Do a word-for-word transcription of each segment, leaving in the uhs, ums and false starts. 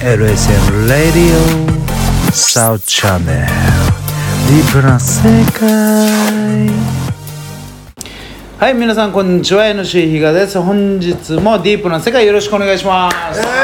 エルエスエム Radio South Channel ディープな世界。はい、皆さんこんにちは。 エヌシー 比嘉です。本日もディープな世界よろしくお願いします。えー、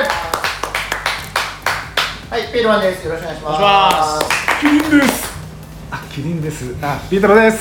はい、ピートマンです。よろしくお願いします。 キリンです。あ、キリンです。あ、ピートロです。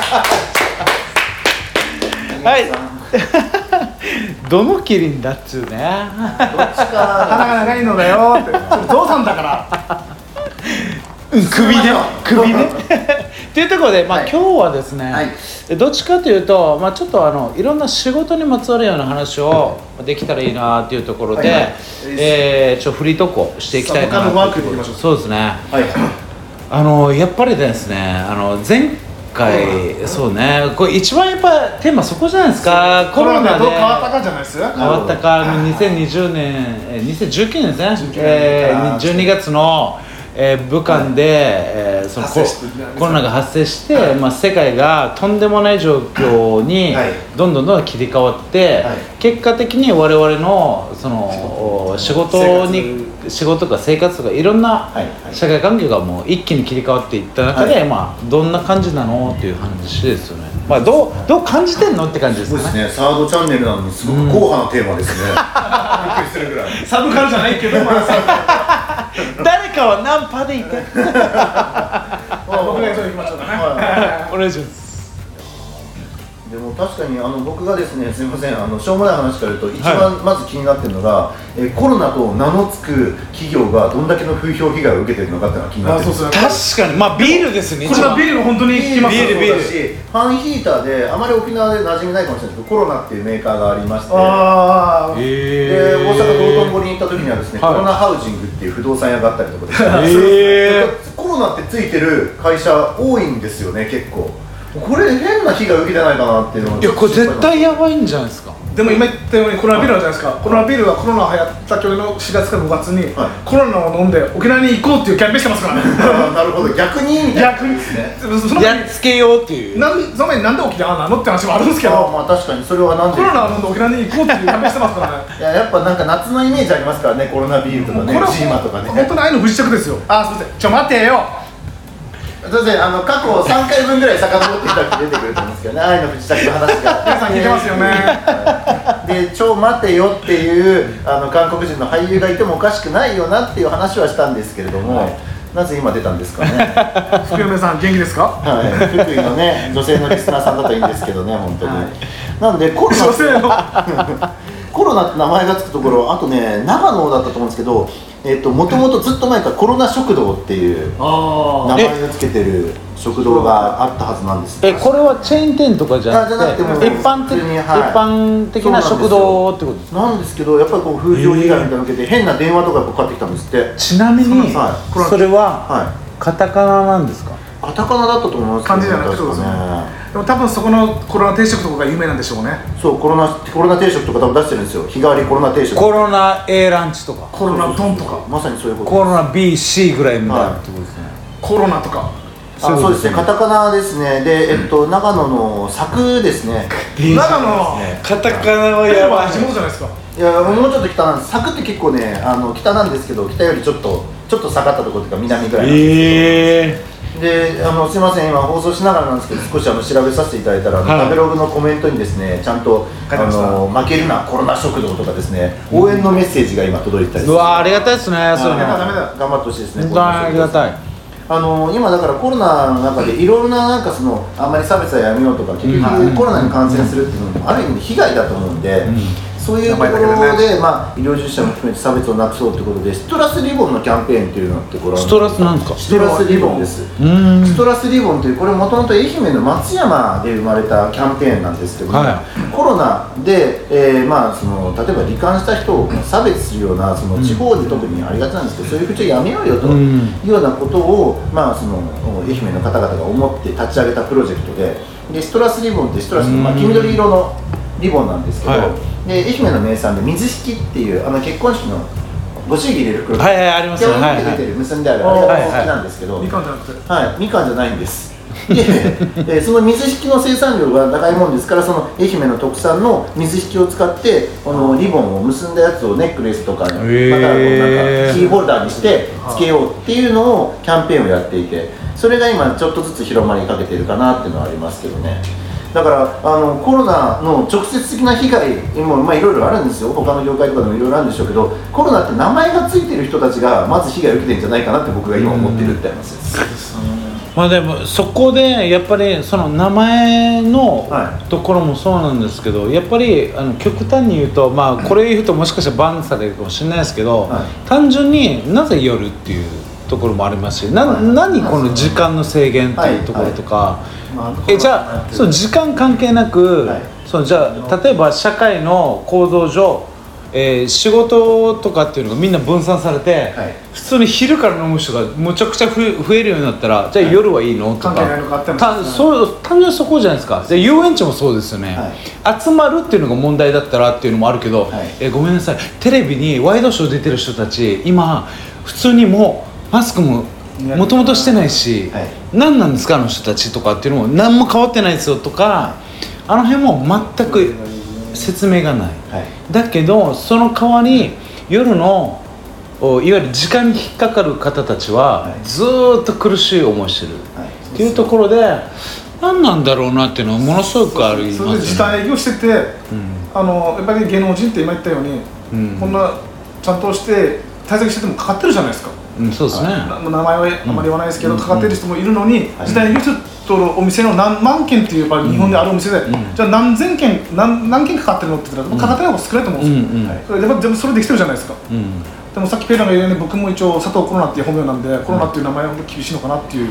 はいどのキリンだっつうね。どっちか鼻が長いのだよって。ゾウさんだからうん首ね首ねっていうところで、まあ、はい、今日はですね、はい、どっちかというと、まあ、ちょっとあのいろんな仕事にまつわるような話をできたらいいなっていうところで、はいはい、えー、ちょっとフリートークをしていきたいなと。そうですね、はい、あのやっぱりですね、あの前回そうね、これ一番やっぱテーマそこじゃないですか。コロナでどう変わったかじゃないですか。 変わったか、にせんにじゅうねん、にせんじゅうきゅうねんですね、えー、じゅうにがつのえー、武漢で、えー、そのコ, コロナが発生して、はい、まあ、世界がとんでもない状況にどんどんどんどん切り替わって、はい、結果的に我々のその仕事に仕事とか生活とかいろんな社会環境がもう一気に切り替わっていった中で、はい、まあ、どんな感じなのっていう話ですよね。まあ、どう、どう感じてんのって感じですかね。 そうですね、サードチャンネルなのにすごく硬派なテーマですね、うん、びっくりするぐらい。 サブカルじゃないけど、まあ、 誰かはナンパでいて僕が一緒に行きましょうかね。 お願いします。 でも確かにあの僕がですね、すみません、あのしょうもない話から言うと一番まず気になってるのが、はい、えコロナと名の付く企業がどんだけの風評被害を受けてるのかっていうのが気になってるんですよ。 確かに、まあビールですね。 これはビールも本当に効きます。 ビールビールだし、ファンヒーターであまり沖縄で馴染みないかもしれないですけど、コロナっていうメーカーがありまして、 あで大阪道頓堀に行った時にはですね、はい、コロナハウジングっていう不動産屋があったりとかですね、コロナってついてる会社多いんですよね、結構。これ変な被害を受けてないかなっていうのは。 いや、これ絶対やばいんじゃないですか。 でも今言ったようにコロナビールあるじゃないですか。コロナビールはコロナ流行った去年のしがつからごがつに、はい、コロナを飲んで沖縄に行こうっていうキャンペーンしてますからね。 なるほど、逆に逆にですね、 やっつけようっていう。 なんその前になんで沖縄なのって話もあるんですけど、 あ、まあ確かにそれはなんでコロナを飲んで沖縄に行こうっていうキャンペーンしてますからね。 いや、やっぱなんか夏のイメージありますからね、コロナビールとかね、ジーマとかね。 本当に愛の不時着ですよ。あ、すみません、ちょ待てよ。 そうですね、あの過去さんかいぶんぐらい遡ってきたら出てくると思うんですけどね、愛の不時着の話が皆さん聞いてますよね。 で、ちょ待てよっていうあの韓国人の俳優がいてもおかしくないよなっていう話はしたんですけれども、はい、なぜ今出たんですかね。 福嫁さん元気ですか。 はい、福井のね、女性のリスナーさんだといいんですけどね、本当に、はい、なのでコロナ女性のコロナって名前がつくところ、あとね、長野だったと思うんですけど、えっと、もともとずっと前からコロナ食堂っていう名前をつけてる食堂があったはずなんです。 え、これはチェーン店とかじゃなくて、一般的、はい、一般的な食堂ってことですか。 なんですけど、やっぱりこう風評被害みたいなのを受けて変な電話とかかかってきたんですって。 ちなみに、はい、それはカタカナなんですか。 カタカナだったと思います。 漢字じゃなくてそうですね。でも多分そこのコロナ定食とかが有名なんでしょうね。 そう、コロナコロナ定食とか多分出してるんですよ。日替わりコロナ定食。 コロナ A ランチとか。 コロナ丼とか。 まさにそういうこと。 コロナ ビーシー ぐらいみたいなってことですね。 コロナとか。 あ、そうですね。カタカナですね。で、えっと長野の佐久ですね。 長野のカタカナはやばい。 地元じゃないですか。 いや、もうちょっと北なんです。佐久って結構ね、あの北なんですけど、北よりちょっとちょっと下がったところというか南ぐらいなんですけど。えーで、あのすみません、今放送しながらなんですけど、少しあの調べさせていただいたら、はい、食べログのコメントにですね、ちゃんとあの負けるなコロナ食堂とかですね、応援のメッセージが今届いてたりする。 うわー、ありがたいですね。そういうの頑張ってほしいですね。 ありがたい。 あの今だからコロナの中でいろんななんかそのあんまり差別はやめようとか、結局コロナに感染するっていうのもある意味で被害だと思うんで、うん、そういうところで、まあ、医療従事者も含めて差別をなくそうということで、ストラスリボンのキャンペーンというのってこれストラスなんですか。 ストラスリボンです。ストラスリボンという、これもともと愛媛の松山で生まれたキャンペーンなんですけども、はい、コロナで、えーまあ、その例えば罹患した人を差別するようなその地方で特にありがちなんですけど、そういう口をやめようよというようなことを、まあ、その愛媛の方々が思って立ち上げたプロジェクトで、でストラスリボンってストラスの、まあ、黄緑色のリボンなんですけど、はい、で愛媛の名産で水引っていうあの結婚式のご祝儀入れる袋、 はいはい、ありますよね。 出てる結んであるあれが好きなんですけど、 みかんじゃなくて、 はい、みかんじゃないんです。 で、えー、その水引の生産量が高いもんですから、その愛媛の特産の水引を使ってこのリボンを結んだやつをネックレスとかに、またこうなんかキーホルダーにしてつけようっていうのをキャンペーンをやっていて、それが今ちょっとずつ広まりかけてるかなっていうのはありますけどね。だからあのコロナの直接的な被害もまあいろいろあるんですよ。他の業界とかでもいろいろあるんでしょうけど、コロナって名前がついてる人たちがまず被害を受けてるんじゃないかなって僕が今思ってるって話です。 まあでもそこでやっぱりその名前のところもそうなんですけど、やっぱりあの極端に言うと、まあこれ言うともしかしたらバンされるかもしれないですけど、はい、単純になぜ夜っていうところもありますし、な、はい、何この時間の制限っていうところとか、はいはい、えじゃあその時間関係なく、はい、そのじゃあ例えば社会の構造上、えー、仕事とかっていうのがみんな分散されて、はい、普通に昼から飲む人がむちゃくちゃ増えるようになったら、じゃあ夜はいいのとか、たそう単純にそこじゃないですか。で遊園地もそうですよね、はい、集まるっていうのが問題だったらっていうのもあるけど、はい、えー、ごめんなさい、テレビにワイドショー出てる人たち今普通にもうマスクももともとしてないし、はい、何なんですかあの人たちとかっていうのも何も変わってないですよとか、あの辺も全く説明がない、はい、だけどその代わり夜のいわゆる時間に引っかかる方たちはずーっと苦しい思いしてる、はい、っていうところで何なんだろうなっていうのはものすごくありますね。 それで時短営業してて、うん、あのやっぱり芸能人って今言ったように、うん、こんなちゃんとして対策しててもかかってるじゃないですか。 うん、そうですね。 名前はあまり言わないですけど、うん、かかってる人もいるのに、時短営業してるお店の何万件っていうやっぱり日本であるお店で、うん、じゃあ何千件 何, 何件かかってるのって言ったら、うん、かかってない方が少ないと思うんですよ、うんうん、はい、それで全部それできてるじゃないですか、うん、でもさっきペイランが言うように僕も一応佐藤コロナっていう本名なんで、コロナっていう名前は厳しいのかなっていう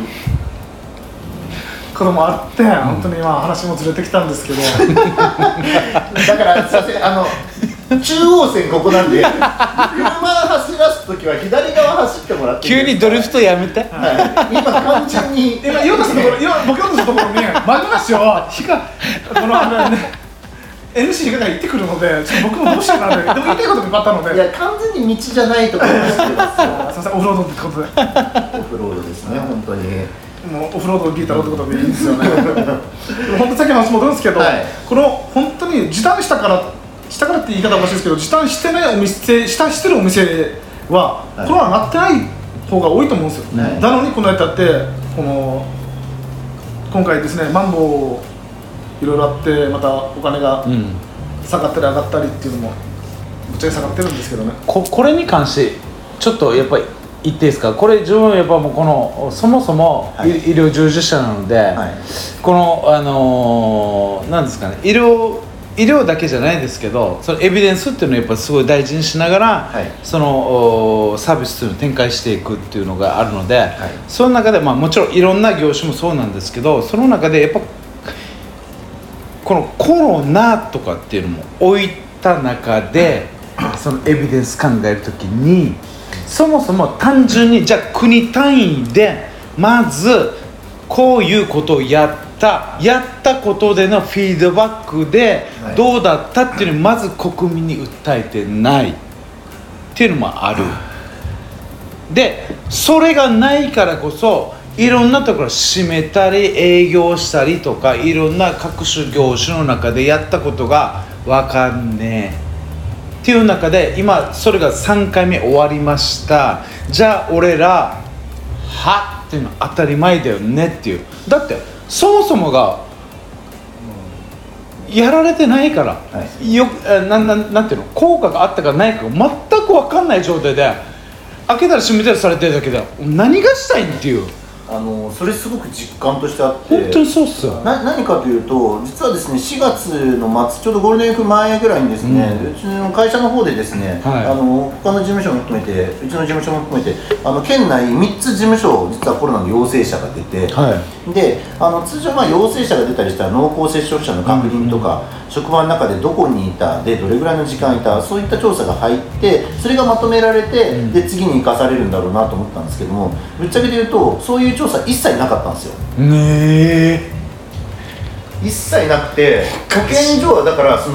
こともあって、うん、本当に今話もずれてきたんですけどだからすいません、あの中央線ここなんで車走らすときは左側走ってもらっていいですか。 急にドリフトやめて、 はい、今完全に今言おうとしたところ、今僕言おうとしたところに前話をひかこのあれねエヌシー が言ってくるので、ちょっと僕もどうしようかなって、でも言いたいこともいっぱいあったので、 いや完全に道じゃないと思いますけどすいません、オフロードってことでオフロードですね、本当にもうオフロードを聞いたろってことでいいんですよねでも本当にさっきの話戻るんですけど、はい、この本当に時短したからしたからって言い方はおかしいですけど、時短してないお店、時短してるお店は、はい、コロナなってない方が多いと思うんですよ、はい、なのにこの間だってこの今回ですね、マンボウいろいろあってまたお金が下がったり上がったりっていうのもぶっちゃけ下がってるんですけどね。 こ, これに関してちょっとやっぱり言っていいですか。これ自分はやっぱもうこのそもそも、はい、医療従事者なので、はい、このあのー、なんですかね、医療医療だけじゃないですけど、そのエビデンスっていうのをやっぱりすごい大事にしながら、はい、そのサービスというのを展開していくっていうのがあるので、はい、その中で、まあ、もちろんいろんな業種もそうなんですけど、その中でやっぱこのコロナとかっていうのも置いた中で、そのエビデンス考えるときにそもそも単純にじゃあ国単位でまずこういうことをやったやったことでのフィードバックでどうだったっていうのをまず国民に訴えてないっていうのもある。でそれがないからこそいろんなところ閉めたり営業したりとか、いろんな各種業種の中でやったことが分かんねえっていう中で、今それがさんかいめ終わりました。じゃあ俺らはっていうのは当たり前だよねっていう。だってそもそもがやられてないから、はい、よなななんていうの、効果があったかないかが全く分かんない状態で開けたら閉めたりされてるだけで何がしたいっていう。 あのそれすごく実感としてあって、 本当にそうっすよ。 な何かというと、実はですねしがつの末、ちょうどゴールデンウィーク前ぐらいにですね、うん、うちの会社の方でですね、はい、あの他の事務所も含めて、うちの事務所も含めて、あの県内みっつ事務所実はコロナの陽性者が出て、はい、であの通常まあ陽性者が出たりしたら濃厚接触者の確認とか、うん、職場の中でどこにいた、でどれぐらいの時間いた、そういった調査が入って、それがまとめられて、うん、で次に生かされるんだろうなと思ったんですけども、ぶっちゃけて言うとそういう調査一切なかったんですよ。 ねえ。 一切なくて、保健所はだからその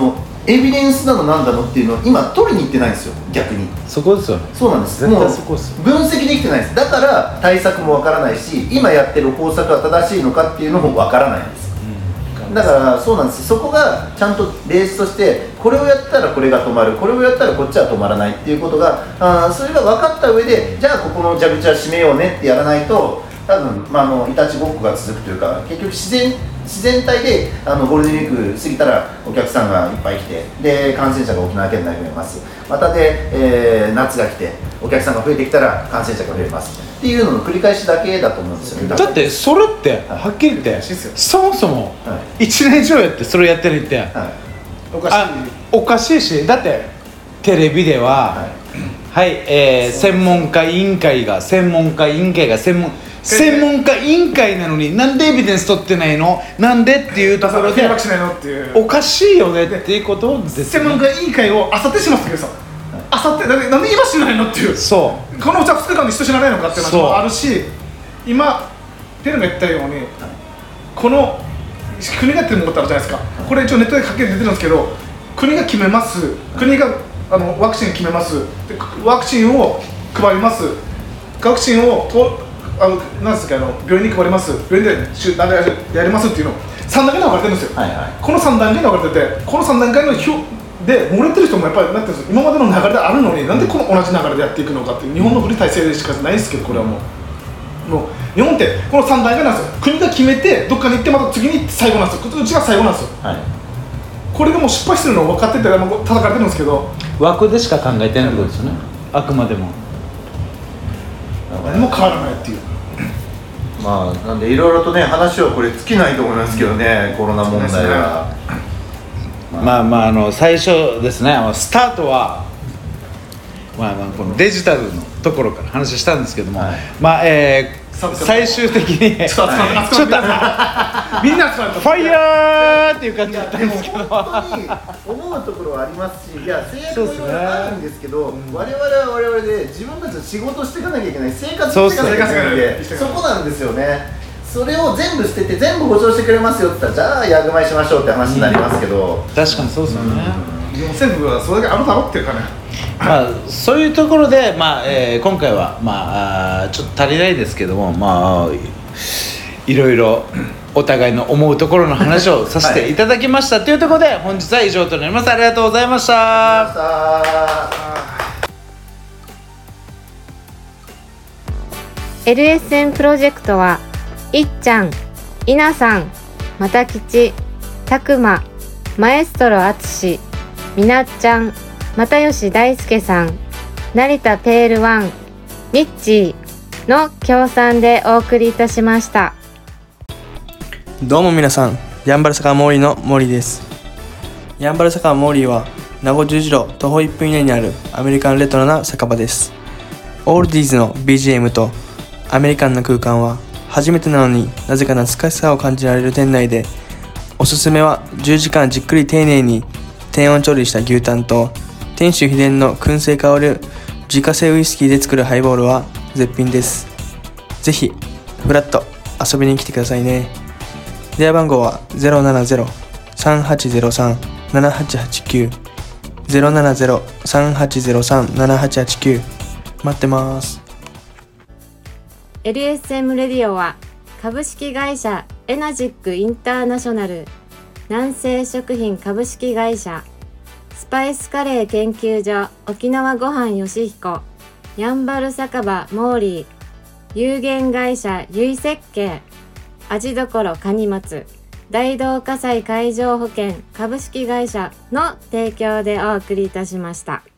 エビデンスなのなんだのっていうのを今取りに行ってないんですよ、逆に。 そこですよね。 そうなんです。 絶対そこですよ。 もう分析できてないです。だから対策もわからないし、今やってる方策は正しいのかっていうのもわからないんです。だからそうなんです。そこがちゃんとベースとしてこれをやったらこれが止まる、これをやったらこっちは止まらないっていうことが、あそれが分かった上で、じゃあここの蛇口は閉めようねってやらないと、多分、まあ、あのいたちごっこが続くというか、結局自然自然体であのゴールデンウィーク過ぎたらお客さんがいっぱい来て、で感染者が沖縄県内に増えます。またで、えー、夏が来てお客さんが増えてきたら感染者が増えますっていうのの繰り返しだけだと思うんですよね。 だってそれってはっきり言って、はい、そもそもいちねん以上やってそれやってるって、はい、 おかしいあおかしいし、だってテレビでははい、はい、えー、専門家委員会が専門家委員会が専門専門家委員会なのになんでエビデンス取ってないの、なんでっていうところでおかしいよねっていうことです、 ね、専門家委員会をあさってしますけどさ、あさってなんで今しないのっていう、 そうこのじゃあふつかかんで人知らないのかっていう話もあるし、今ペルが言ったようにこの国がやってるものってあるじゃないですか。これ一応ネットで書けて出てるんですけど、国が決めます、国があのワクチン決めます、でワクチンを配ります、ワクチンをとあのなんですか、あの病院に配ります、病院でやりますっていうのをさん段階で分かれてるんですよ、はいはい、このさん段階で分かれてて、このさん段階の表で漏れてる人もやっぱりなってるんですよ。今までの流れであるのになんでこの同じ流れでやっていくのかっていう、日本の国体制でしかないですけど、これはもう、もう日本ってこのさん段階なんですよ。国が決めてどっかに行ってまた次に最後なんですよ。うちが最後なんですよ、はい、これがもう失敗してるのを分かってて叩かれてるんですけど、 枠でしか考えてないってことですよね、あくまでも何も変わらないっていう。 まあなんでいろいろとね話はこれ尽きないと思いますけどね、コロナ問題は。 まあまああの最初ですね、スタートはまあまあこのデジタルのところから話したんですけども、はい、まあえー最終的にちょっとみんなファイヤーっていう感じだったんですけど、 本当に思うところはありますし、いや制約もいろいろあるんですけど、うん、我々は我々で自分たちの仕事していかなきゃいけない、生活していかなきゃいけないんで、そこなんですよね。それを全部捨てて全部保証してくれますよって言ったら、じゃあヤグマイしましょうって話になりますけど、 うん、確かにそうですよね、 うん、政府はそれだけあるだろっていうかね、 まあ、そういうところで、まあえー、今回は、まあ、ちょっと足りないですけども、まあ、いろいろお互いの思うところの話をさせていただきましたというところで、本日は以上となります。ありがとうございました。 エルエスエム プロジェクトはいっちゃん、いなさん、またきち、たくま、マエストロあつし、みなっちゃん、又吉大輔さん、成田ペールワン、ミッチーの協賛でお送りいたしました。 どうも皆さん、やんばる坂モーリーのモーリーです。やんばる坂モーリーは名護十字路徒歩いっぷん以内にあるアメリカンレトロな酒場です。オールディーズの ビージーエム とアメリカンな空間は初めてなのになぜか懐かしさを感じられる店内で、おすすめはじゅうじかんじっくり丁寧に低温調理した牛タンと店主秘伝の燻製香る自家製ウイスキーで作るハイボールは絶品です。ぜひフラッと遊びに来てくださいね。電話番号は ゼロななゼロ さんはちゼロさん ななはちはちきゅう ゼロななゼロ さんはちゼロさん ななはちはちきゅう 待ってます。 エルエスエム レディオは株式会社エナジックインターナショナル、南西食品株式会社、スパイスカレー研究所沖縄ごはんよしひこ、やんばる酒場モーリー、有限会社ゆい設計、味どころかにまつ、大同火災海上保険株式会社の提供でお送りいたしました。